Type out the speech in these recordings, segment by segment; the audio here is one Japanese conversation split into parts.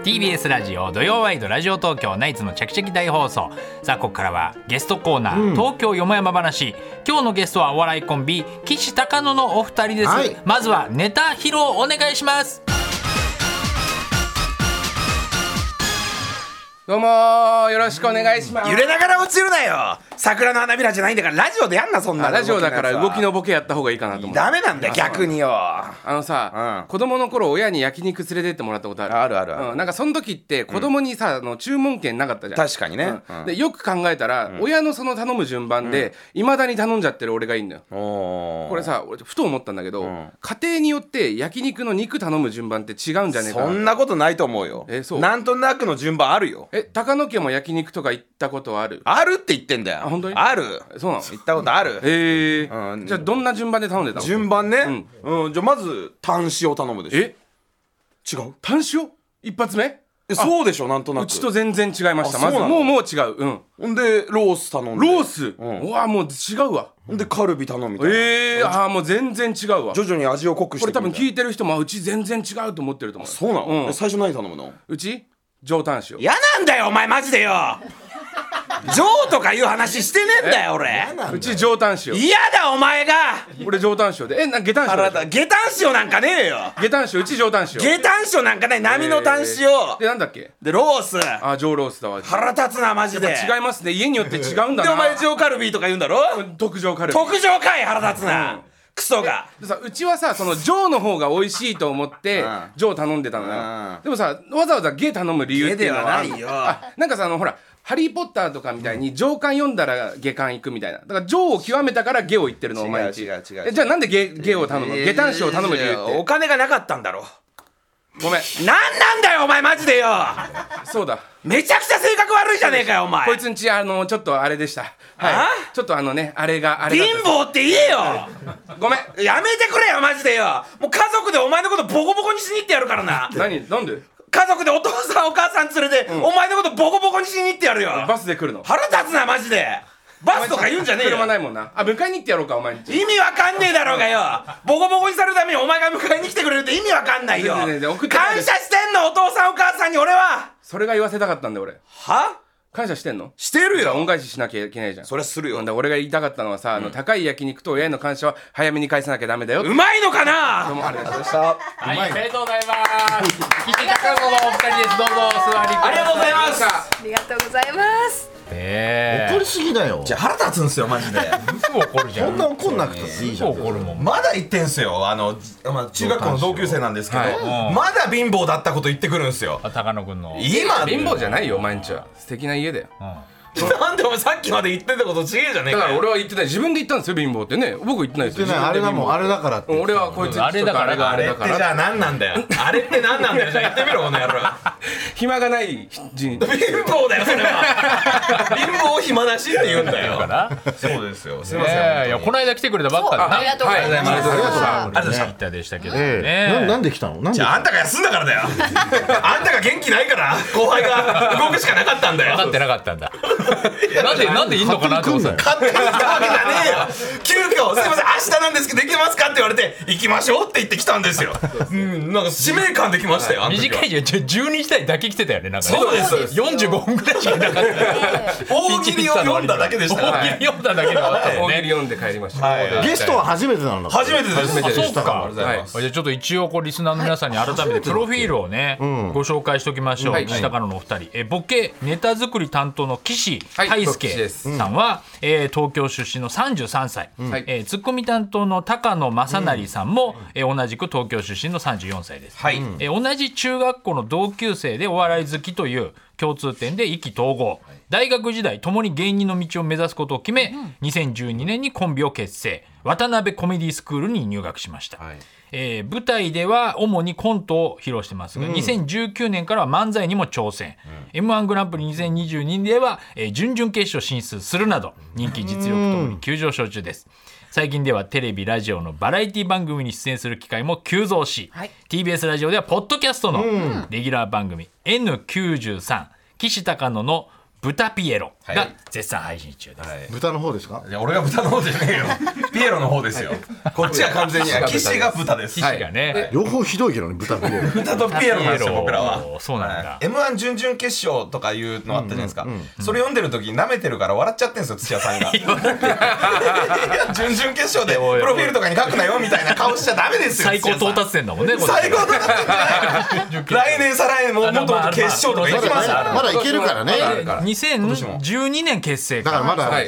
TBS ラジオ土曜ワイドラジオ東京ナイツのチャキチャキ大放送。さあここからはゲストコーナー、東京よもやま話。今日のゲストはお笑いコンビ岸高野のお二人です、 はい、 まずはネタ披露お願いします。 どうもよろしくお願いします。 揺れながら落ちるなよ。桜の花びらじゃないんだからラジオでやんなそんな。 ラジオだから動きのボケやった方がいいかなと思って。 ダメなんだよ逆によ。 子供の頃親に焼肉連れてってもらったことある。 あるあるある、 なんかその時って子供にさ、注文権なかったじゃん。 確かにね、 でよく考えたら、親のその頼む順番でいまだに頼んじゃってる俺がいいんだよ。これさ俺ふと思ったんだけど、家庭によって焼肉の肉頼む順番って違うんじゃねえかな。 そんなことないと思うよ。 そうなんとなくの順番あるよ。 高野家も焼肉とか行ったことはある？ あるって言ってんだよ。 本当に？ ある。 そうなの？ 行ったことある。 じゃあどんな順番で頼んでたの？ 順番ね、じゃあまずタン塩頼むでしょ。違う？タン塩一発目？ そうでしょ。なんとなくうちと全然違いました。まずもう違う。 ほんでロース頼んで。 ロース、うわもう違うわ。 ほんでカルビ頼むみたいな。 もう全然違うわ。 徐々に味を濃くして。 これ多分聞いてる人もうち全然違うと思ってると思う。 そうなの？最初何頼むの？ うち上タン塩。 嫌なんだよお前マジでよ。上とかいう話してねえんだよ俺。 うち上タン塩。 嫌だお前が。 俺上タン塩で。下タン塩。 下タン塩なんかねえよ。 下タン塩。うち上タン塩。 下タン塩なんかね。波のタン塩。 でなんだっけ？ でロース。 上ロースだわ。 腹立つなマジで。 違いますね。家によって違うんだな。 でお前上カルビとか言うんだろ。 特上カルビ。 特上かい。腹立つな、クソが。 でさうちはさその上の方が美味しいと思って上頼んでたのよ。でもさわざわざ下頼む理由っていうのはないよ。 なんかさほらハリーポッターとかみたいに上巻読んだら下巻行くみたいな。だから上を極めたから下を言ってるのお前んち。 違うじゃあなんで下を頼むの？下タン塩を頼む理由って。 お金がなかったんだろ。 ごめん。 なんだよお前マジでよ。 そうだ。 めちゃくちゃ性格悪いじゃねえかよお前。 こいつんちちょっとあれでした。ちょっとあれが貧乏って言えよ。 ごめん。 やめてくれよマジでよ。もう家族でお前のことボコボコにしに行ってやるからな。 なんで？ 家族でお父さんお母さん連れて、お前のことボコボコにしに行ってやるよ。 バスで来るの？ 腹立つなマジで。バスとか言うんじゃねえよ。 車ないもんな。迎えに行ってやろうかお前んち。 意味わかんねえだろうがよ。ボコボコにされるためにお前が迎えに来てくれるって意味わかんないよ。感謝してんのお父さんお母さんに俺は。 それが言わせたかったんだ俺。 は？ 感謝してんの？ してるよ。 恩返ししなきゃいけないじゃん。 それするよ。 俺が言いたかったのはさ、高い焼肉と親への感謝は早めに返さなきゃダメだよ。 うまいのかな。 どうもありがとうございました。 はい、ありがとうございます。岸高野のお二人です。どうぞお座りください。 ありがとうございます。 ありがとうございます。 怒りすぎだよ。 じゃあ腹立つんすよマジで。 嘘怒るじゃん。 そんな怒んなくていいじゃん。 怒るもん。 まだ言ってんすよ。中学校の同級生なんですけど、まだ貧乏だったこと言ってくるんすよ。 高野くんの。 今貧乏じゃないよお前んちは。素敵な家だよ。 なんでお前さっきまで言ってたこと違えじゃねえか。 だから俺は言ってない。自分で言ったんですよ貧乏ってね。僕言ってないですよ。 あれだもん。あれだからって。 俺はこいつあれだからあれってじゃあ何なんだよ。あれって何なんだよ。じゃあ言ってみろこの野郎。 暇がない人。 貧乏だよそれは。貧乏暇なしって言うんだよ。そうですよ。すみません。 いやこの間来てくれたばっかでね。 ありがとうございます。 ありがとうございます。ありがとうでしたけどね。 なんで来たの？ じゃああんたが休んだからだよ。あんたが元気ないから後輩が動くしかなかったんだよ。 分かってなかったんだ。なんでいんのかなって思った。 勝手に来たわけじゃねえよ。急遽すいません明日なんですけどできますかって言われて行きましょうって言って来たんですよ。なんか使命感できましたよ。 短いじゃん。12時台だけ来てたよね。なんかそうです 45分ぐらいしかなかった。 大喜利を読んだだけでした。 大喜利読んだだけで終わったよね。 大喜利読んで帰りました。 ゲストは初めてなの？ 初めてです。 そうか。じゃあちょっと一応リスナーの皆さんに改めてプロフィールをねご紹介しておきましょう。岸高野のお二人。ボケネタ作り担当の岸大輔さんは東京出身の33歳、ツッコミ担当の高野正成さんも、同じく東京出身の34歳です、同じ中学校の同級生でお笑い好きという共通点で意気投合、大学時代ともに芸人の道を目指すことを決め、2012年にコンビを結成、渡辺コメディスクールに入学しました、舞台では主にコントを披露してますが、2019年からは漫才にも挑戦、M1 グランプリ2022では、準々決勝進出するなど人気実力ともに急上昇中です。最近ではテレビラジオのバラエティ番組に出演する機会も急増し、TBS ラジオではポッドキャストのレギュラー番組 N93 岸高野のブタピエロが絶賛配信中です。 豚の方ですか？ いや俺が豚の方じゃねえよ。ピエロの方ですよ。こっちは完全に岸が豚です。 岸がね、 両方ひどいけどね、豚とピエロ。 豚とピエロなんですよ僕らは。 そうなんだ。 M1 準々決勝とかいうのあったじゃないですか。それ読んでる時舐めてるから笑っちゃってんですよ土屋さんが。準々決勝でプロフィールとかに書くなよみたいな顔しちゃダメですよ。 最高到達点だもんね。 最高到達点じゃない。来年再来年ももっともっと決勝とか行きますよ。 まだいけるからね。 2012年結成だからまだ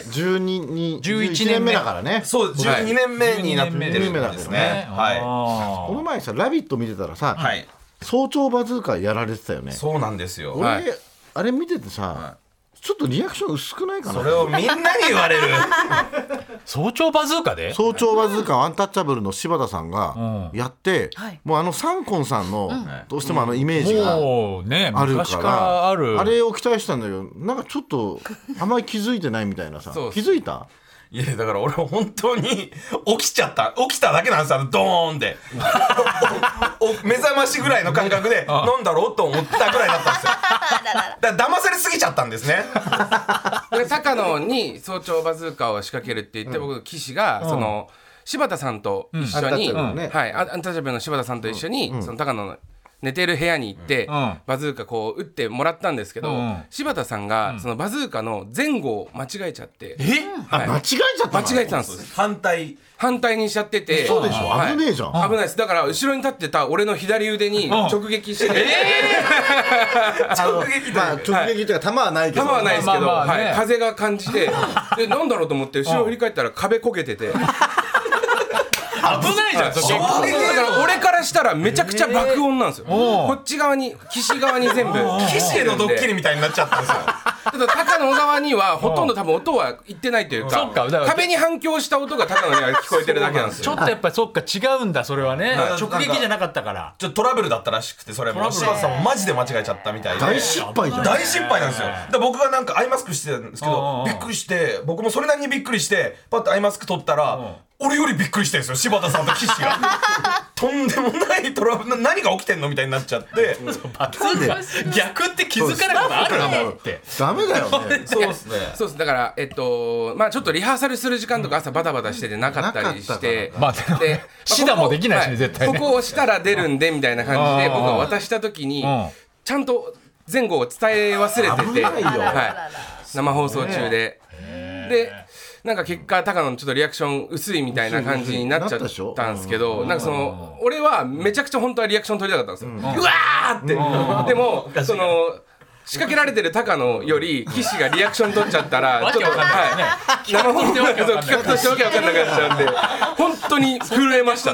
11年目だからね。 そう12年目になってるんですね。はい。 この前さ「ラビット!」見てたらさ、早朝バズーカやられてたよね。 そうなんですよ。 俺あれ見ててさ、ちょっとリアクション薄くないかな。 それをみんなに言われる。 早朝バズーカで早朝バズーカアンタッチャブルの柴田さんがやって、もうサンコンさんのどうしてもイメージがあるからあれを期待したんだけど、なんかちょっとあんまり気づいてないみたいなさ。気づいた？ いやだから俺本当に起きただけなんですよ。ドーンで目覚ましぐらいの感覚でなんだろうと思ったぐらいだったんですよ。だから騙されすぎちゃったんですね。 高野に早朝バズーカを仕掛けるって言って、僕岸がその柴田さんと一緒に、アンタッチャブルの柴田さんと一緒にその高野の寝てる部屋に行ってバズーカこう撃ってもらったんですけど、柴田さんがそのバズーカの前後を間違えちゃって、 間違えちゃったの？ 間違えてたんです。反対にしちゃってて。 そうでしょ、危ねえじゃん。 危ないです。だから後ろに立ってた俺の左腕に直撃して、 直撃というか弾はないけど、 ですけど、風が感じて、でなんだろうと思って後ろ振り返ったら壁焦げてて。 危ないじゃん。だから俺からしたらめちゃくちゃ爆音なんですよ。こっち側に岸側に全部岸へのドッキリみたいになっちゃったんですよ。 ただ高野側にはほとんど多分音は言ってないというか、壁に反響した音が高野には聞こえてるだけなんですよ。 ちょっとやっぱりそっか違うんだそれはね。直撃じゃなかったからちょっとトラブルだったらしくて、それも柴田さんもマジで間違えちゃったみたいで大失敗じゃん。 大失敗なんですよ。で僕がなんかアイマスクしてたんですけど、びっくりして僕もそれなりにびっくりしてパッとアイマスク取ったら俺よりびっくりしてるんですよ、柴田さんと岸が。とんでもないトラブル、何が起きてんのみたいになっちゃって。 逆って気づかないことあるのってダメだよね。 そうですね。 そうです。だからまあちょっとリハーサルする時間とか朝バタバタしててなかったりして、 でシダもできないしね絶対ね。 ここを押したら出るんでみたいな感じで僕が渡した時にちゃんと前後を伝え忘れてて、生放送中で。でなんか結果高野のちょっとリアクション薄いみたいな感じになっちゃったんですけど、なんかその俺はめちゃくちゃ本当はリアクション取りたかったんですよ。うわーって。でもその仕掛けられてる高野より岸がリアクション取っちゃゃったらちょっと生放送企画としてわけわかんなくなっちゃうんで本当に震えました。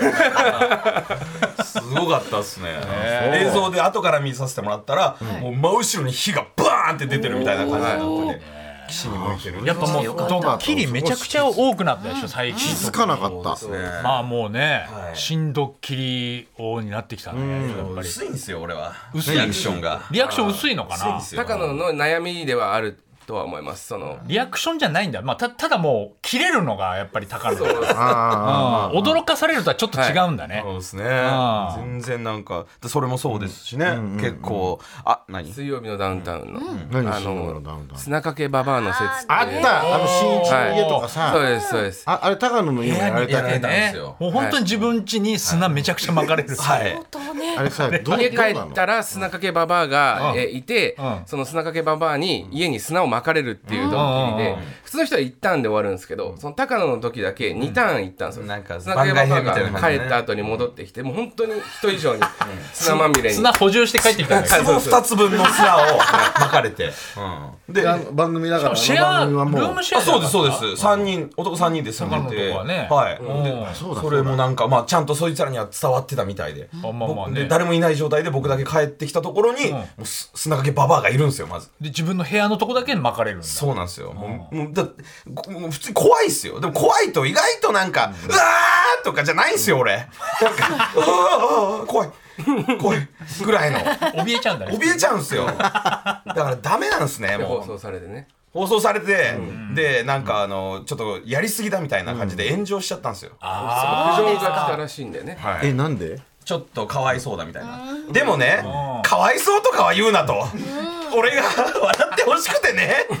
すごかったっすね。映像で後から見させてもらったらもう真後ろに火がバーンって出てるみたいな感じになってて。 やっぱもうドッキリめちゃくちゃ多くなったでしょ最近。 気づかなかった。 まあもうね新ドッキリ王になってきたね。やっぱり薄いんですよ俺は。 薄いリアクション薄いのかな。 高野の悩みではあるとは思います。そのリアクションじゃないんだ。まあただもう切れるのがやっぱり高野。驚かされるとはちょっと違うんだね。 そうですね。全然なんかそれもそうですしね。結構何？ 水曜日のダウンタウンの砂掛けババアの説あった。新一の家とかさ。 そうですそうです。 あれ高野の家もやられたね。もう本当に自分家に砂めちゃくちゃ巻かれる。 はい。 あれさ家帰ったら砂掛けババアがいて、その砂掛けババアに家に砂を巻かれるっていうドッキリで、普通の人は1ターンで終わるんですけど、その高野の時だけ2ターン行ったんですよ。 なんか砂掛けババアが帰った後に戻ってきて、もう本当に人以上に砂まみれに砂補充して帰ってきたんだけど、 2つ分の砂を巻かれて、 で番組だからシェアルームシェア。 そうですそうです。3人男3人で住んでて、はい。それもなんかまあちゃんとそいつらには伝わってたみたいで、で誰もいない状態で僕だけ帰ってきたところにもう砂掛けババアがいるんですよまず。 で自分の部屋のとこだけ巻かれるんだ。 そうなんですよ。もう普通に怖いっすよ。でも怖いと意外となんかうわーとかじゃないんすよ俺。なんか怖いぐらいの。 怯えちゃうんだね。 怯えちゃうんすよ。だからダメなんすね。もう放送されてね。 放送されて、でなんかちょっとやりすぎだみたいな感じで炎上しちゃったんですよ。 苦情が来たらしいんだよね。 なんで？ ちょっとかわいそうだみたいな。でもね、かわいそうとかは言うなと。俺が笑ってほしくてね、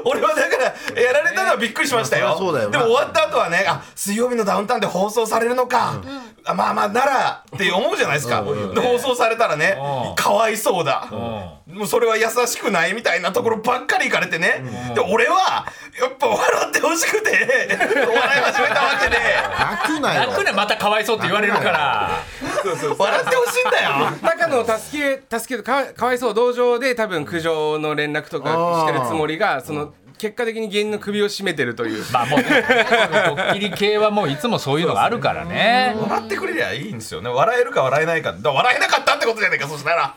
俺はだからやられたのはびっくりしましたよ。 そうだよなでも終わった後はね、水曜日のダウンタウンで放送されるのか、まあまあならって思うじゃないですか。で放送されたらね、かわいそうだ、もうそれは優しくないみたいなところばっかり行かれてね、で俺はやっぱ笑ってほしくて笑い始めたわけで、 泣くなよ。 泣くね、またかわいそうって言われるから笑ってほしいんだよ。 高野を助けるかわいそう同情で多分苦情の連絡とかしてるつもりが、その結果的に芸人の首を絞めてるという。 まあもうドッキリ系はもういつもそういうのがあるからね。 笑ってくれりゃいいんですよね。笑えるか笑えないか、だから笑えなかったってことじゃないか、そしたら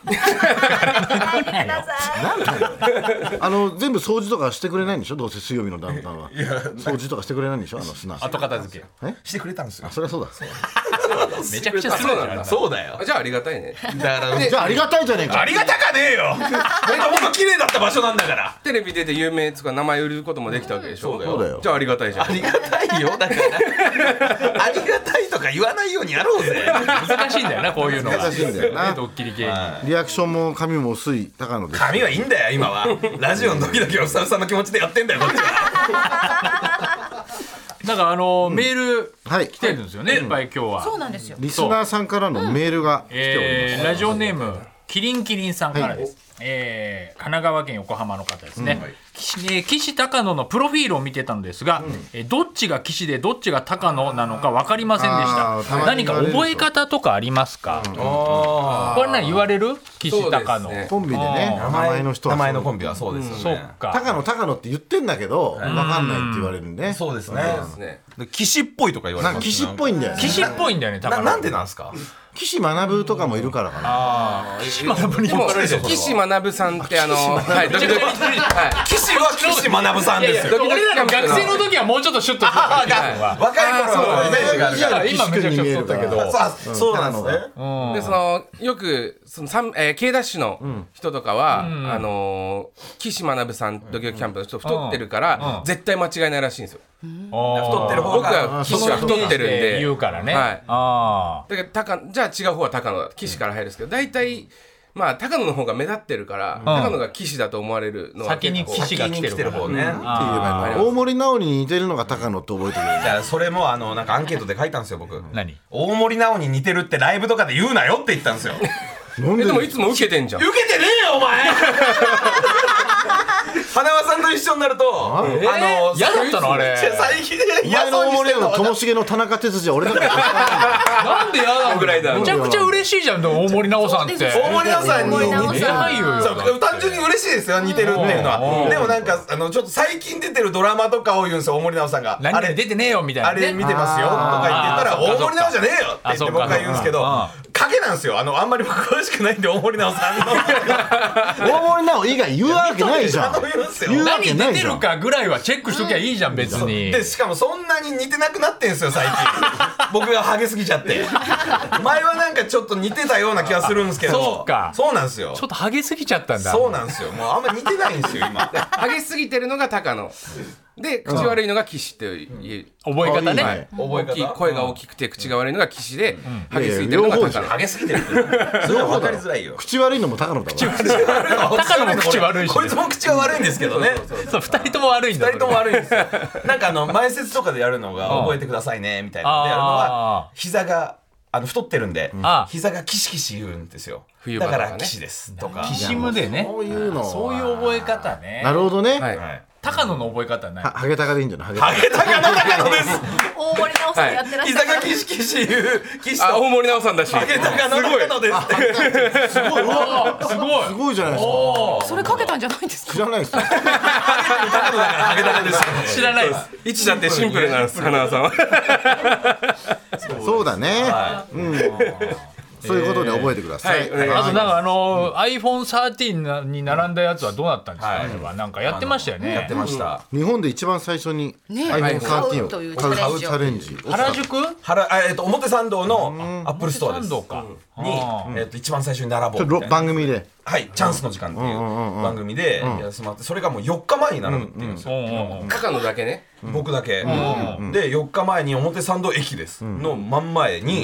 全部掃除とかしてくれないんでしょ、どうせ水曜日のダウンタウンは。掃除とかしてくれないんでしょ、砂。 後片付けしてくれたんですよ。 そりゃそうだ。 めちゃくちゃするじゃん。 そうだよ。 じゃあありがたいね。 だからじゃあありがたいじゃねえか。 ありがたかねえよ。もともと綺麗だった場所なんだから。 テレビ出て有名とか名前売ることもできたわけでしょ。 そうだよ。 じゃあありがたいじゃん。 ありがたいよ。だからありがたいとか言わないようにやろうぜ。 難しいんだよな、こういうのは。 難しいんだよな。 ドッキリ系に。 リアクションも髪も薄い高野です。 髪はいいんだよ今は。ラジオのドキドキをスタッフさんの気持ちでやってんだよこっちは。 なんかメール来てるんですよね、いっぱい今日は。 そうなんですよ。 リスナーさんからのメールが来ております。 ラジオネームキリンキリンさんからです。神奈川県横浜の方ですね。岸高野のプロフィールを見てたのですが、どっちが岸でどっちが高野なのか分かりませんでした。何か覚え方とかありますか？これ何言われる？岸高野。 コンビでね、名前の人は名前のコンビはそうですよね。 そっか。 高野って言ってんだけど分かんないって言われるんで。 そうですね。岸っぽいとか言われます。 岸っぽいんだよね。 岸っぽいんだよね、高野。 なんでなんですか？ 岸学とかもいるからかな。 岸学にも岸学さんってはいドキドキ岸は岸学さんですよ。 俺らの学生の時はもうちょっとシュッとしてた。 若い頃のイメージがあるから。 今めちゃくちゃ太ったけど。 そうなんですね。 でよくKダッシュの人とかは岸学さんドキドキキャンプの人太ってるから絶対間違いないらしいんですよ。 太ってる方僕は岸は太ってるんで言うからね。 だからじゃあ違う方は高野だ、岸から入るんですけど、大体まあ高野の方が目立ってるから、高野が岸だと思われるのは先に岸が来てる方ね。 大森直に似てるのが高野って覚えてくれる。 じゃあそれもなんかアンケートで書いたんですよ僕。 何？ 大森直に似てるってライブとかで言うなよって言ったんですよ。 でもいつも受けてんじゃん。 受けてねえよお前。花輪さんと一緒になると嫌だったのあれ。 最近お前の大森直のともしげの田中哲司は俺なんかなんで嫌なのぐらいだ。 めちゃくちゃ嬉しいじゃん大森直さんって。 大森直さんに似てないよ。 単純に嬉しいですよ似てるっていうのは。でもなんかちょっと最近出てるドラマとかを言うんですよ大森直さんが。 あれ出てねえよみたいな。 あれ見てますよとか言ってたら大森直じゃねえよって言って僕が言うんですけど影なんですよ。あんまり僕詳しくないんで大森直さんの大森直以外言うわけないじゃん。 何出てるかぐらいはチェックしときゃいいじゃん別に。 でしかもそんなに似てなくなってんすよ最近。僕がハゲすぎちゃって。前はなんかちょっと似てたような気がするんですけど。 そうか。 そうなんですよ。 ちょっとハゲすぎちゃったんだ。 そうなんですよ。もうあんま似てないんですよ今。 ハゲすぎてるのが高野で口悪いのが岸っていう覚え方ね。 声が大きくて口が悪いのが岸で、ハゲすぎてるのが高野。 ハゲすぎてるって分かりづらいよ。 口悪いのも高野だわ。 高野も口悪いし。 こいつも口は悪いんですけどね。 そう2人とも悪いんだ。 2人とも悪いんですよ。なんか前説とかでやるのが覚えてくださいねみたいなのでやるのは膝が太ってるんで膝がキシキシ言うんですよ。だから岸ですとか。 キシムでね。 そういうの。 そういう覚え方ね。 なるほどね。 高野の覚え方はない。 ハゲタカでいいんじゃない？ ハゲタカの高野です。 大森直さんやってらっしゃる。 膝がキシキシ言う岸と大森直さんだし。 ハゲタカの高野ですって。 すごい。すごいじゃないですか。 それかけたんじゃないんですか？ 知らないです。 高野だからハゲタカです。 知らないです。 一だってシンプルなんです花輪さんは。 そうだね。そういうことで覚えてください。 あとなんかiPhone13 に並んだやつはどうなったんですか？あれはなんかやってましたよね。 やってました。 日本で一番最初に iPhone13 を買うチャレンジ。 原宿？ 表参道のアップルストアです。に一番最初に並ぼう。 番組で。 はい、チャンスの時間っていう番組でやらせてもらって、それがもう4日前に並ぶっていうんですよ。 高野だけね。 僕だけ。で4日前に表参道駅ですの真ん前に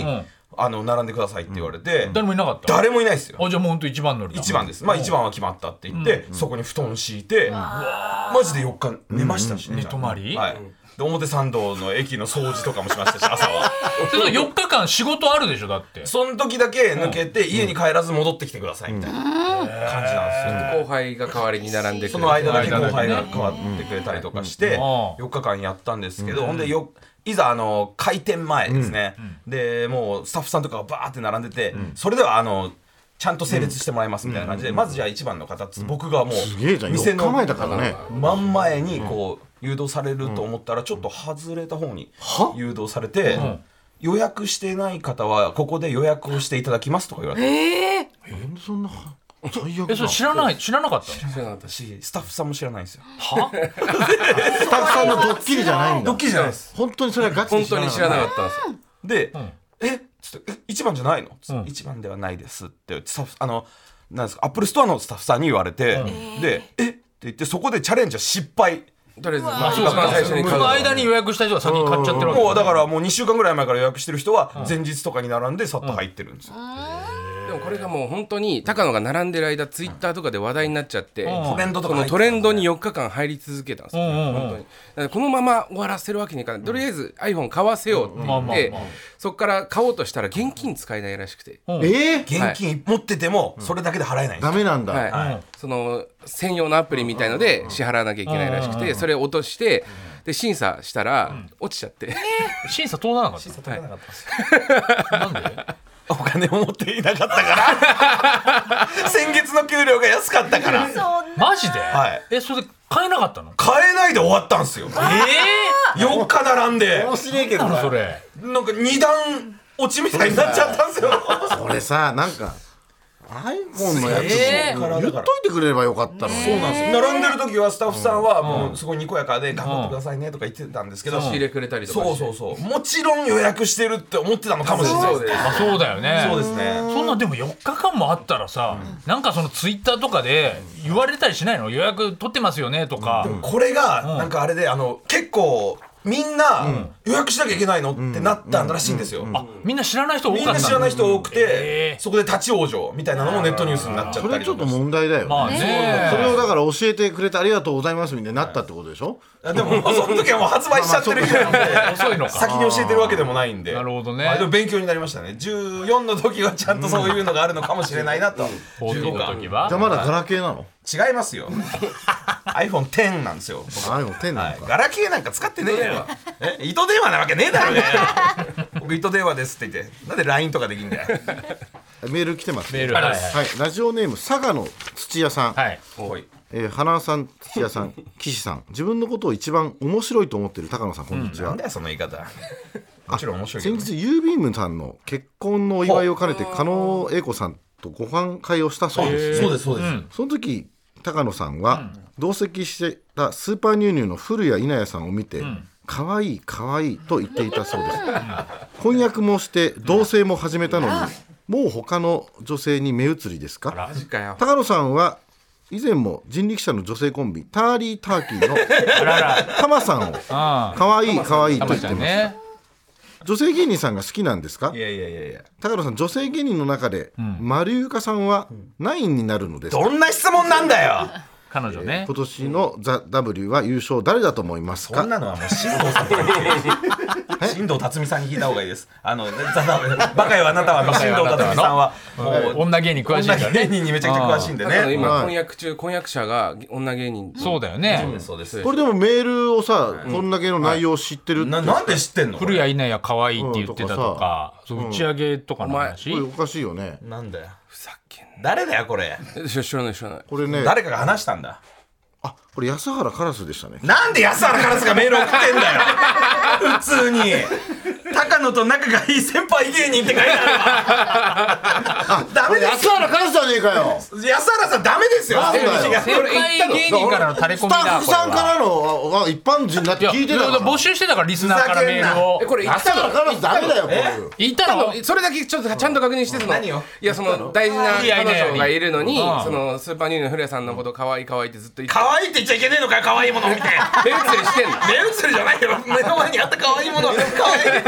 並んでくださいって言われて、 誰もいなかった。 誰もいないですよ。 じゃあもう本当一番乗りだ。 一番です。まあ一番は決まったって言って、そこに布団敷いて、マジで4日寝ましたしね。 寝泊まり。 はい。で表参道の駅の掃除とかもしましたし、朝は。 4日間仕事あるでしょだって。 その時だけ抜けて家に帰らず戻ってきてくださいみたいな感じなんですよ。 後輩が代わりに並んでくれる。 その間だけ後輩が代わってくれたりとかして4日間やったんですけど、ほんでいざ開店前ですね、でもうスタッフさんとかがバーって並んでて、それではちゃんと整列してもらいますみたいな感じで、まずじゃあ1番の方僕がもう店の前だからね、 真ん前にこう誘導されると思ったらちょっと外れた方に誘導されて、予約してない方はここで予約をしていただきますとか言われて、 そんな最悪だ。 それ知らなかったの？ 知らなかったし、スタッフさんも知らないんですよ。 は？ スタッフさんのドッキリじゃないんだ。 ドッキリじゃないです。 本当にそれはガチで本当に知らなかったんですよ。 で、ちょっと1番じゃないの？1番ではないですってスタッフなんですか、アップルストアのスタッフさんに言われて、でって言ってそこでチャレンジは失敗。 とりあえず一番最初に買う。その間に予約した人が先に買っちゃってるわけ。 もうだからもう2週間ぐらい前から予約してる人は前日とかに並んでさっと入ってるんですよ。 でもこれがもう本当に高野が並んでる間ツイッターとかで話題になっちゃってトレンドとかこのトレンドに4日間入り続けたんですよ。本当にだからこのまま終わらせるわけにいかない。とりあえず iPhone 買わせようって言ってそこから買おうとしたら現金使えないらしくて、 現金持っててもそれだけで払えないんですよ。 ダメなんだ。 はい、その専用のアプリみたいので支払わなきゃいけないらしくて、それを落としてで審査したら落ちちゃって、 審査通らなかった。 審査通らなかったんですよ。なんで？お金を持っていなかったから先月の給料が安かったからマジで？ はい。 それで買えなかったの？ 買えないで終わったんですよ。4日並んで面白いけどそれなんか2段落ちみたいになっちゃったんですよ。 それさ、なんかiPhone のやつ言っといてくれればよかったのに。 そうなんですよ。並んでる時はスタッフさんはもうすごいにこやかで頑張ってくださいねとか言ってたんですけど、 差し入れくれたりとかして、 そうもちろん予約してるって思ってたのかもしれないですね。 そうだよね。 そうですね。 そんなでも4日間もあったらさ、なんかそのツイッターとかで言われたりしないの？予約取ってますよねとか。 でもこれがなんかあれで結構みんな予約しなきゃいけないのってなったらしいんですよ。 みんな知らない人多かった。 みんな知らない人多くて、そこで立ち往生みたいなのもネットニュースになっちゃったりとか。 それちょっと問題だよ。 まあね。 それをだから教えてくれてありがとうございますみたいになったってことでしょ。 でもその時はもう発売しちゃってる人なんで遅いのか。 先に教えてるわけでもないんで。 なるほどね。 でも勉強になりましたね。14の時はちゃんとそういうのがあるのかもしれないなと。 15の時は。 じゃあまだガラケーなの？ 違いますよ。iPhone X なんですよ。 iPhone X なのか。 ガラケーなんか使ってねえよ。糸電話なわけねえだろうがよ。僕糸電話ですって言って、なんで LINE とかできんだよ。 メール来てます。 メール。 はい。ラジオネーム佐賀の土屋さん。 はい。 花さん、土屋さん、岸さん、自分のことを一番面白いと思っている高野さん、こんにちは。 なんだよその言い方。もちろん面白いけどね。 先日ユービームさんの結婚のお祝いを兼ねて加納英子さんとご飯会をしたそうですね。 そうです。 その時高野さんは同席してたスーパーニューニューの古谷稲谷さんを見て、可愛い可愛いと言っていたそうです。婚約もして同棲も始めたのに、もう他の女性に目移りですか？ マジかよ。 高野さんは以前も人力車の女性コンビターリーターキーのタマさんを可愛い可愛いと言ってます。女性芸人さんが好きなんですか？ いや高野さん、女性芸人の中で、丸ゆかさんは何位になるのですか？ どんな質問なんだよ。 彼女ね。 今年のザ・ W は優勝誰だと思いますか？ そんなのはもう新藤さん新藤辰巳さんに聞いた方がいいです。バカよあなたは新藤辰巳さんはもう女芸人詳しいからね。 女芸人にめちゃくちゃ詳しいんでね。 今婚約者が女芸人。 そうだよね。 そうです。 これでもメールをさ、こんだけの内容を知ってるって、 なんで知ってんの？ 古谷稲谷可愛いって言ってたとか、打ち上げとかの話。 これおかしいよね。 なんだよ。 ふざけんな。 誰だよこれ。 知らない。 これね、 誰かが話したんだ。 あ、これ安原カラスでしたね。 なんで安原カラスがメール送ってんだよ。普通に高野と仲がいい先輩芸人って書いてあるわ。ダメです。 安原カラスじゃねえかよ。 安原さんダメですよ。 先輩芸人からのタレコミだ。 スタッフさんからの一般人だって聞いてたから。 募集してたからリスナーからメールを。 これ安原カラスダメだよ。 言ったの？ それだけちょっとちゃんと確認してるの。 何を？ いやその大事な彼女がいるのに、そのスーパーニューの古谷さんのこと可愛い可愛いってずっと言って。 可愛いって言っちゃいけねえのかよ。可愛いものを見て。 目移りしてんの？ 目移りじゃないよ。目の前にあった可愛いもの。可愛い。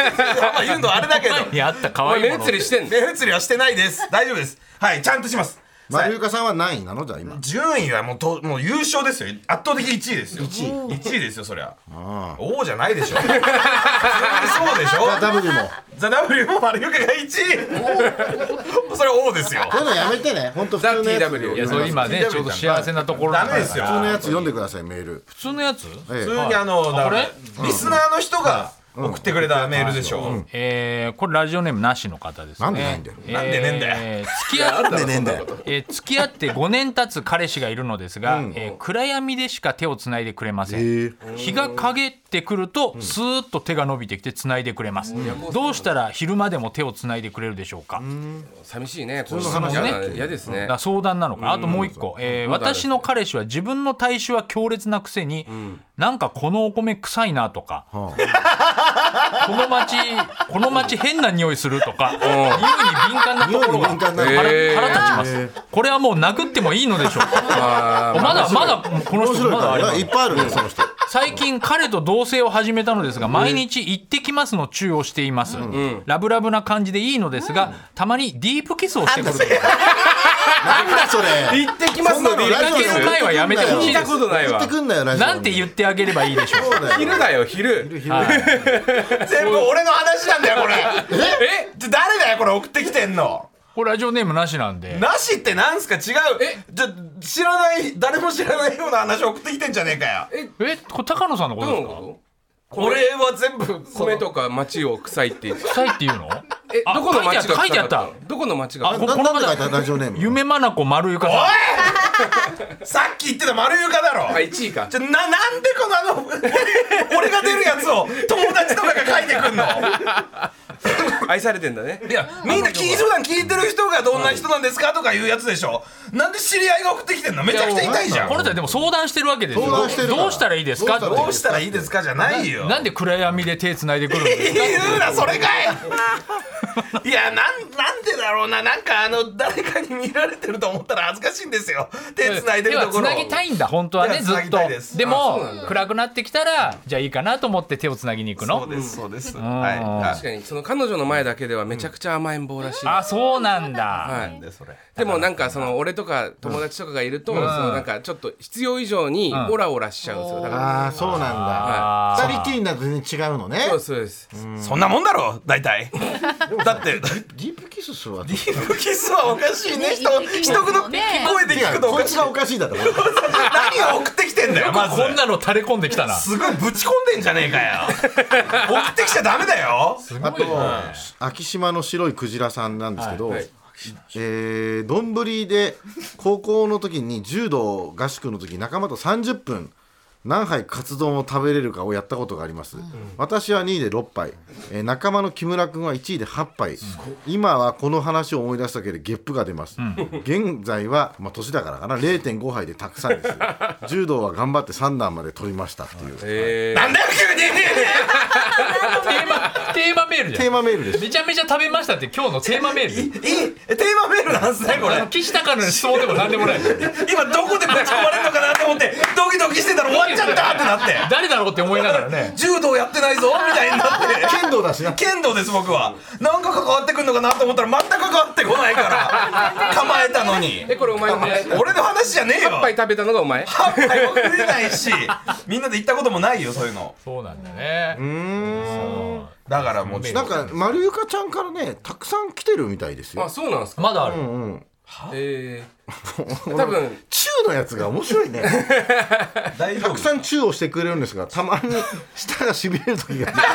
ま言うのはあれだけどいやあった可愛いもの目移りしてんの。 目移りはしてないです。大丈夫です。はい、ちゃんとします。 丸床さんは何位なの？じゃあ今順位はもう優勝ですよ。圧倒的1位ですよ。1位ですよ、そりゃ。王じゃないでしょ。普通にそうでしょ。 ザ・ W もザ・ W も丸床が1位。それは王ですよ。 こういうのやめてね。本当普通のやつ。 ザ・ TW いやそれ今ねちょうど幸せなところダメですよ。 普通のやつ読んでくださいメール。 普通のやつ普通にだからリスナーの人が送ってくれたメールでしょ。 これラジオネームなしの方ですね。 なんでないんだよ。 なんでねえんだよ。 付き合ってなんでねえんだよ。 付き合って5年経つ彼氏がいるのですが、暗闇でしか手をつないでくれません。日が陰ってくるとスーッと手が伸びてきてつないでくれます。どうしたら昼間でも手をつないでくれるでしょうか。 寂しいね。この話ね嫌ですね。 相談なのかな。あともう一個、私の彼氏は自分の体臭は強烈なくせに、なんかこのお米臭いなとか、この町変な匂いするとか、匂いに敏感なところが腹立ちます。これはもう殴ってもいいのでしょうか。まだこの人まだあります。 いっぱいあるねその人。 最近彼と同棲を始めたのですが、毎日行ってきますのチューをしています。ラブラブな感じでいいのですが、たまにディープキスをしてくる。 なんだそれ。 行ってきますので、 出かける前はやめてほしいです。 聞いたことないわ。 言ってくんなよラジオ。 なんて言ってあげればいいでしょう。 昼だよ、昼。 全部俺の話なんだよこれ。じゃ誰だよこれ送ってきてんの。 これラジオネームなしなんで。 なしってなんすか。違う。じゃ知らない誰も知らないような話送ってきてんじゃねえかよ。 これ高野さんのことですか。 俺は全部米とか町を臭いって言って。 臭いっていうの？ どこの町が書いてあった。 どこの町が。 なんで書いたラジオネーム。 夢まなこ丸床さん。 さっき言ってた丸床だろ。 1位か。 じゃなんでこの俺が出るやつを友達とかが書いてくんの。 愛されてんだね。 いやみんな普段聞いてる人がどんな人なんですかとかいうやつでしょ。なんで知り合いが送ってきてんの。めちゃくちゃ痛いじゃん。 この人はでも相談してるわけですよ。 相談してるからどうしたらいいですか。 どうしたらいいですかじゃないよ。 なんで暗闇で手つないでくるんですか。 言うなそれかい。いやなんでだろうな。なんか誰かに見られてると思ったら恥ずかしいんですよ。手つないでるところ。 つなぎたいんだ本当はねずっと。でも暗くなってきたらじゃあいいかなと思って手をつなぎに行くの。 そうです。 はい。確かにその彼女の前だけではめちゃくちゃ甘えん坊らしい。 あそうなんだ。 はい。でもなんかその俺とか友達とかがいるとそのなんかちょっと必要以上にオラオラしちゃうんですよ。だからあそうなんだ。二人きりになると全然違うのね。 そうです。 そんなもんだろ大体。だってディープキスするわ。 ディープキスはおかしいね。人の声で聞くとこいつがおかしいだろ。 何を送ってきてんだよ。まずこんなの垂れ込んできたな。 すごいぶち込んでんじゃねえかよ。送ってきちゃダメだよ。 あと昭島の白いクジラさんなんですけど、丼で高校の時に柔道合宿の時仲間と30分何杯カツ丼を食べれるかをやったことがあります。私は2位で6杯、仲間の木村君は1位で8杯。今はこの話を思い出しただけでゲップが出ます。現在は、年だからかな 0.5 杯でたくさんです。柔道は頑張って3段まで取りましたっていう。 なんだよ急に。 テーマメールじゃん。 テーマメールです。 めちゃめちゃ食べましたって今日のテーマメール。 テーマメールなんすねこれ。 岸高の質問でもなんでもない。 今どこでぶち込まれるのかなと思ってドキドキしてたら終わっちゃったってなって。 誰だろうって思いながらね。 柔道やってないぞみたいになって。 剣道だしな。 剣道です僕は。なんか関わってくんのかなと思ったら全く関わってこないから構えたのに。 これお前俺の話じゃねえよ。 8杯食べたのがお前。 8杯も食えないしみんなで行ったこともないよそういうの。 そうなんだね。 だからもうなんか丸床ちゃんからねたくさん来てるみたいですよ。 あそうなんですか。 まだある。 多分チューのやつが面白いね。たくさんチューをしてくれるんですがたまに舌がしびれる時が。 なんで？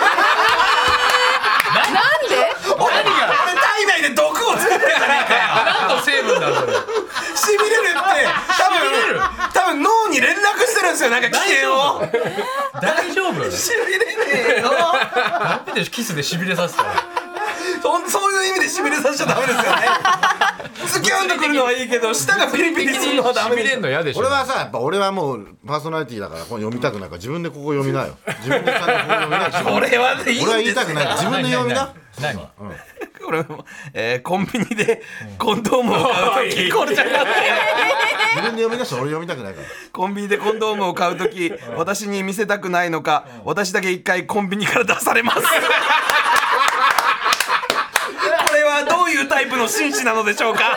俺体内で毒を作ってんじゃねえかよ。 何の成分だそれ。 しびれるって多分脳に連絡してるんですよ。なんか危険を。 大丈夫？ しびれねえよ。 なんでキスでしびれさせたの？ そういう意味でしびれさせちゃダメですよね。ズキュンとくるのはいいけど舌がピリピリするのはダメですよ。 俺はさやっぱ俺はもうパーソナリティだからこれ読みたくないから自分でここ読みなよ。自分でちゃんとここ読みなよ。 俺はねいいんですよ。 俺は言いたくない。自分で読みな。 何？ これコンビニでコンドームを買うときこれじゃなくて自分で読み出して俺読みたくないから。 コンビニでコンドームを買うとき私に見せたくないのか私だけ一回コンビニから出されます。 ういうタイプの紳士なのでしょうか。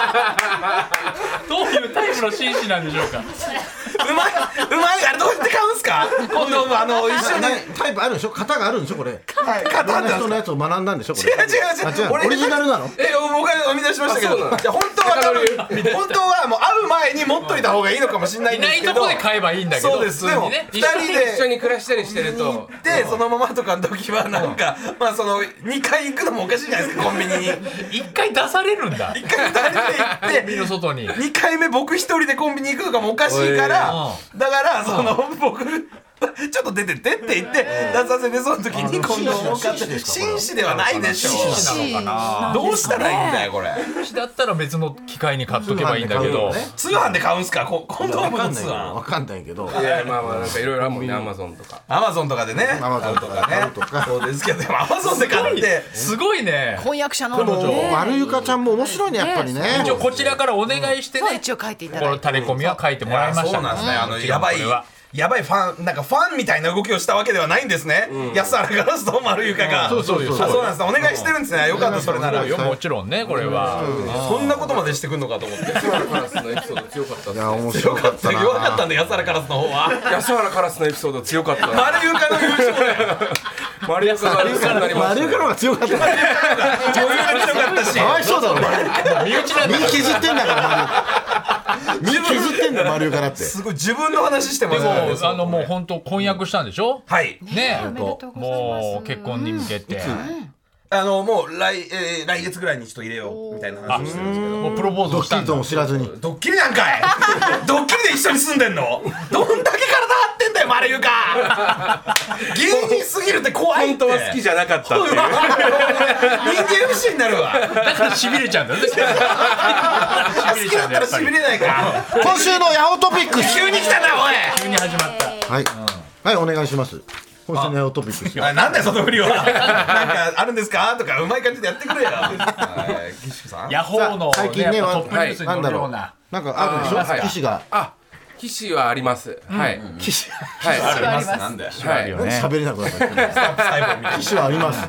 どういうタイプの紳士なんでしょうか。 うまいあれどうやって買うんすか。今度一緒にタイプあるでしょ。型があるんでしょこれ。 はい型ある人のやつを学んだんでしょこれ。 違うオリジナルなの。 僕が生み出しましたけど、じゃあ本当はもう会う前に持っといた方がいいのかもしれないんですけど、 いないとこで買えばいいんだけど。 そうです。でも2人で一緒に暮らしたりしてるとでそのままとかの時はなんかまあその2回行くのもおかしいじゃないですかコンビニに。 1回出されるんだ。 1回2人で行って海の外に。 2回目僕1人でコンビニ行くのがもうおかしいからだからその僕ちょっと出てってって言って出させてその時にコンドームを買って紳士ではないでしょう。どうしたらいいんだよこれ。 紳士だったら別の機会に買っとけばいいんだけど。 通販で買うんすかコンドームの通販。 わかんないけど。 いやまあなんかいろいろあるもんね。アマゾンとかでね。 アマゾンとかね。 そうですけどでもアマゾンで買ってすごいね。 翻訳者の丸ゆかちゃんも面白いねやっぱりね。 一応こちらからお願いしてね。 一応書いていただいて。 このタレコミは書いてもらいました。 そうなんですね。やばいファンみたいな動きをしたわけではないんですね。安原ガラスと丸ゆかが。そうなんですね。お願いしてるんですね。よかったそれなら。 もちろんねこれは。 そんなことまでしてくんのかと思って。 安原カラスのエピソード強かった。 いや面白かったな。 弱かったんで安原カラスの方は。 安原カラスのエピソード強かった。 丸ゆかの優勝だよ。 丸ゆかが優勝になりました。 丸ゆかの方が強かった。 女優が強かったし。 かわいそうだろ。 身内なんだ。 身削ってんだから身削ってんだよ丸ゆかだって。 すごい自分の話してますね。 もう本当婚約したんでしょ。 はい。 ねもう結婚に向けて。 もう来月ぐらいにちょっと入れようみたいな話をしてるんですけど。 もうプロポーズドッキリとしたんだ。 も知らずに。 ドッキリなんかい。ドッキリで一緒に住んでんの。どんだけ体張ってんだよ丸ゆか。芸人すぎるって怖いって。 本当は好きじゃなかったっていう。 人間不信になるわ。 だから痺れちゃうんだよね。 好きだったらしびれないか。 今週のヤホートピックス。 急に来たなおい。 急に始まった。 はいお願いします。今週のヤホートピックス。 なんだよその振りは。なんかあるんですかとかうまい感じでやってくれよ。岸さん。 ヤホーの最近ねトップニュースに載るような。 なんかあるでしょ岸が。 岸はあります。はい。 岸。 はいありますなんだよ。 喋れなくなった。岸はあります。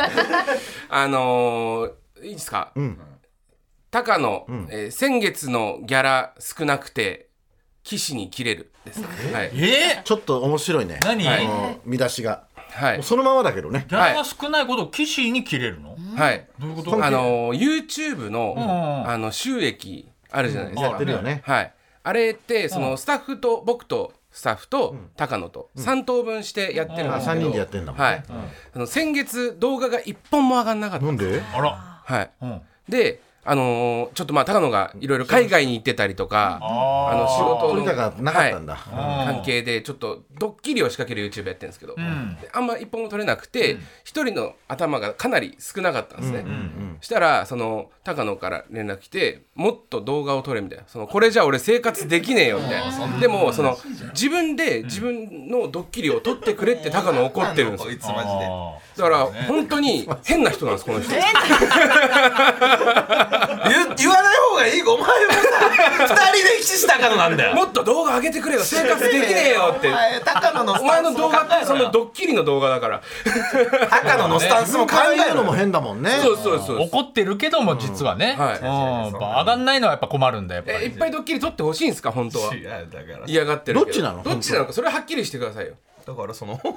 いいですか。高野先月のギャラ少なくて岸に切れるです。はい。 ちょっと面白いね。 何？ 見出しが。 はい。 そのままだけどね。 ギャラが少ないことを岸に切れるの？ はい。 どういうこと？ YouTube の収益あるじゃないですか。 やってるよね。 はい。あれってそのスタッフと僕とスタッフと高野と3等分してやってるんですけど。 3人でやってんだもん。 はい。先月動画が1本も上がんなかった。 なんで？ あら。 はい。で。ちょっと高野がいろいろ海外に行ってたりとか仕事の関係でちょっとドッキリを仕掛ける YouTube やってるんですけど、あんま一本も取れなくて一人の頭がかなり少なかったんですね。したらその高野から連絡来てもっと動画を撮れみたいな、これじゃ俺生活できねえよみたいな。でもその自分で自分のドッキリを撮ってくれって高野怒ってるんですよ。だから本当に変な人なんですこの人。 言わない方がいい。お前もさ2人で岸高野なんだよ。 もっと動画上げてくれよ生活できねえよって。 高野のお前の動画ってそのドッキリの動画だから。 高野のスタンスも考えるのも変だもんね。 そう怒ってるけども実はね、上がんないのはやっぱ困るんだよ。 いっぱいドッキリ撮ってほしいんですか本当は。嫌がってる。 どっちなのかそれははっきりしてくださいよ。 だからその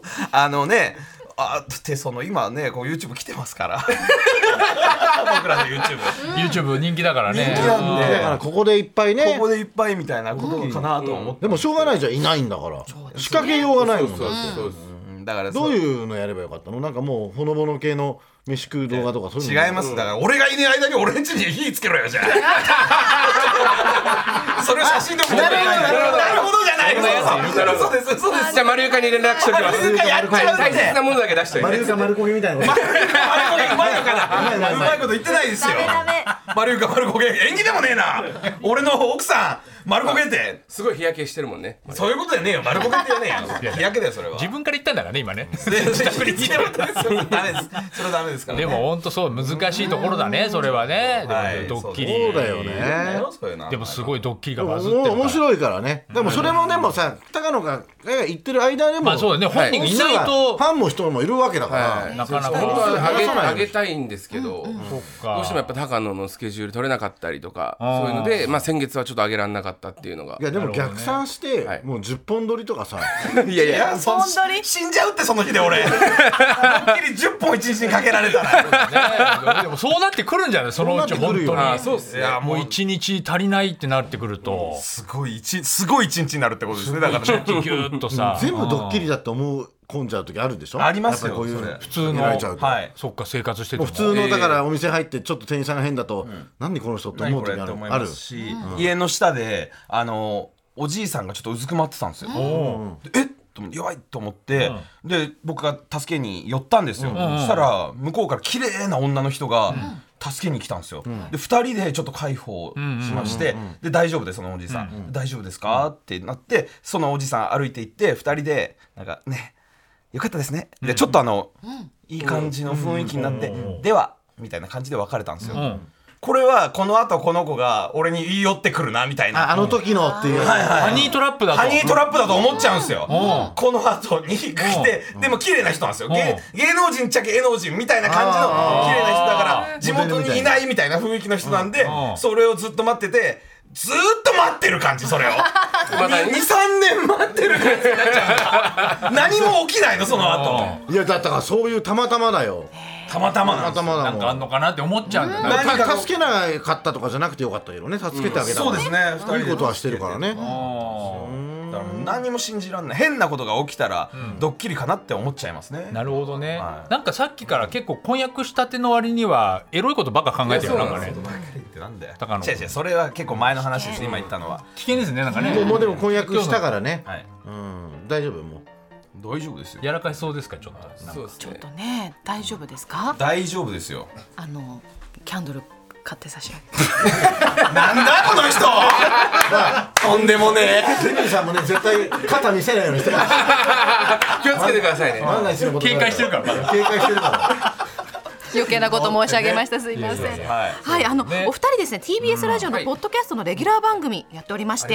ってその今ねこう YouTube 来てますから僕らの YouTube 人気だからね。 人気なんでだからここでいっぱいね。 ここでいっぱいみたいなことかなと思って。 でもしょうがないじゃんいないんだから仕掛けようがないもん。 だからどういうのやればよかったの？なんかもうほのぼの系の飯食う動画とかそういうの。 違います。だから俺がいない間に俺ん家に火つけろよじゃあ。それを写真でもなるほどじゃないの。そうですそうです。 じゃあ丸ゆかに連絡しておきます。大切なものだけ出しておいて。 丸ゆか丸焦げみたいなこと。 丸焦げうまいのかな。うまいこと言ってないですよ。丸ゆか丸焦げ演技でもねえな。俺の奥さん丸焦げってすごい日焼けしてるもんね。 そういうことじゃねえよ。丸焦げって言わねえよ。日焼けだよそれは。 自分から言ったんだからね今ね。 自宅に聞いてもらったんですよ。ダメです。それはダメです。 ですからね。 でも本当そう難しいところだねそれはね。でもドッキリそうだよね。 でもすごいドッキリがバズってるから面白いからね。でもそれもでもさ高野が言ってる間でもまあそうだね本人がいないとファンも人もいるわけだからなかなか本当はあげたいんですけど、 そっかどうしてもやっぱ高野のスケジュール取れなかったりとかそういうので、まあ先月はちょっとあげられなかったっていうのが。 いやでも逆算してもう10本撮りとかさいやいやそん死んじゃうってその日で俺ドッキリ10本1日にかけられたらでもそうなってくるんじゃないそのうち本当に。 そうっすね。 いやもう1日足りないってなってくるとすごい一日になるってことですね。だからねギューッとさ全部ドッキリだって思う込んじゃう時あるでしょ。 ありますよやっぱりこういうそれ普通のられちゃうとはいそっか生活してても普通のだからお店入ってちょっと店員さんが変だと何この人って思う時何これって思いあるますし、家の下でおじいさんがちょっとうずくまってたんですよ。でと思って弱いと思って、で僕が助けに寄ったんですよ。そしたら向こうから綺麗な女の人が助けに来たんですよ。で2人でちょっと介抱しまして、で大丈夫ですそのおじさん、大丈夫ですかってなって、そのおじさん歩いて行って2人でなんかねよかったですねでちょっといい感じの雰囲気になってではみたいな感じで別れたんですよ。これはこの後この子が俺に言い寄ってくるなみたいな、 あの時のっていうハニートラップだとハニートラップだと思っちゃうんですよ。この後に来てでも綺麗な人なんですよ。芸能人っちゃ芸能人みたいな感じの綺麗な人だから地元にいないみたいな雰囲気の人なんで、それをずっと待っててずーっと待ってる感じ。それをまだ 2,3 年待ってる感じになっちゃうんだ。何も起きないのその後。 いやだからそういうたまたまだよ。 たまたまなんですよ。 なんかあんのかなって思っちゃうんだよね。 何か助けなかったとかじゃなくてよかったけどね。助けてあげたそうですね。2人でいいことはしてるからね。 だから何も信じらんない。変なことが起きたらドッキリかなって思っちゃいますね。 なるほどね、 はいなんかさっきから結構婚約したての割にはエロいことばっか考えてるよなんかね。 なんだよ。 高野違うそれは結構前の話です。今言ったのは危険ですねなんかね。 もうでも婚約したからね。 はい大丈夫もう。 大丈夫ですよ。 やらかしそうですかちょっと。 そうですね。 ちょっとね大丈夫ですか。 大丈夫ですよ。 キャンドル買って差し上げなんだこの人とんでもねえ。 ジェニーさんもね絶対肩見せないようにしてます。 気をつけてくださいね。 万が一のこと警戒してるから警戒してるから余計なこと申し上げましたすいません。はい、お二人ですね TBS ラジオのポッドキャストのレギュラー番組やっておりまして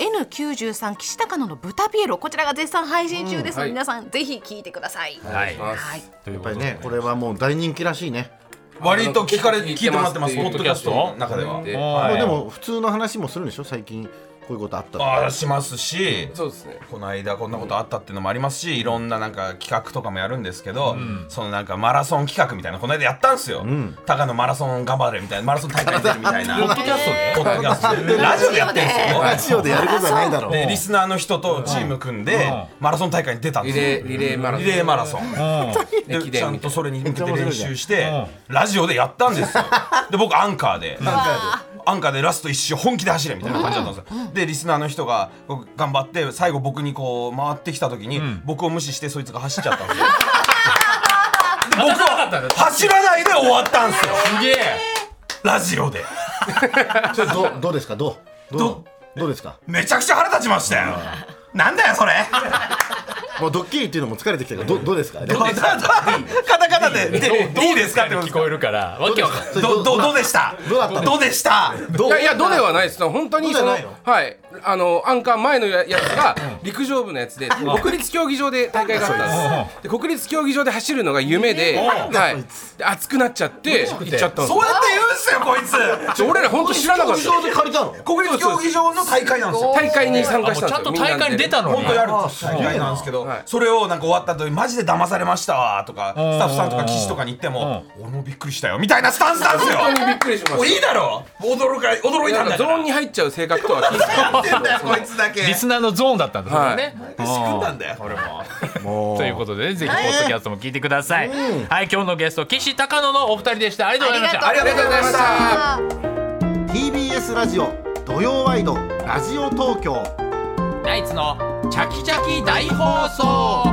、N93 岸高野の豚ピエロこちらが絶賛配信中ですので、皆さんぜひ聞いてください。 はい、 やっぱりねこれはもう大人気らしいね。 割と聞いてもらってます。ポッドキャストの中では。 もうでも普通の話もするんでしょ最近。こういうことあったあしますし、 そうですね。 この間こんなことあったっていうのもありますし、いろんななんか企画とかもやるんですけど、そのなんかマラソン企画みたいなこの間やったんですよ。高野マラソン頑張れみたいなマラソン大会に出るみたいな。 ポッドキャストでポッドキャストでラジオでやってるんですよ。 ラジオでやることはないだろう。 でリスナーの人とチーム組んでマラソン大会に出たんですよ。 リレーマラソン。 リレーマラソン。でちゃんとそれに向けて練習してラジオでやったんですよ。で僕アンカーでラスト一周本気で走れみたいな感じだったんですよ。でリスナーの人が頑張って最後僕にこう回ってきた時に僕を無視してそいつが走っちゃったんですよ。僕は走らないで終わったんですよ。 すげえラジオで。 それどうですかどうですか。 めちゃくちゃ腹立ちましたよ。なんだよそれ。 もうドッキリっていうのも疲れてきたけどどうですか。 カタカナでいいですかって聞こえるからわけわかんない。 どうでしたどうでしたいやどではないです。本当にそのはいアンカー前のやつが陸上部のやつで国立競技場で大会があったんです。で国立競技場で走るのが夢で、で熱くなっちゃって行っちゃったんです。 そうやって言うんすよこいつ。 俺ら本当知らなかった。 競技場で借りたの。 国立競技場の大会なんですよ。 大会に参加したんですよ。 ちゃんと大会に出たのに。 本当やる大会なんですけど、それをなんか終わった後にマジで騙されましたわとかスタッフさんとか記者とかに言っても俺もびっくりしたよみたいなスタンスなんですよ。 本当にびっくりしました。 いいだろ驚いたんだから。 ゾーンに入っちゃう性格とは聞いてやってんだよこいつだけ。 リスナーのゾーンだったんですよね。 仕組んだんだよ俺も。 ということで、ぜひポッドキャストも聞いてください。はい、今日のゲスト岸高野のお二人でした。ありがとうございました。 ありがとうございました。 TBS ラジオ土曜ワイドラジオ東京ナイツのチャキチャキ大放送。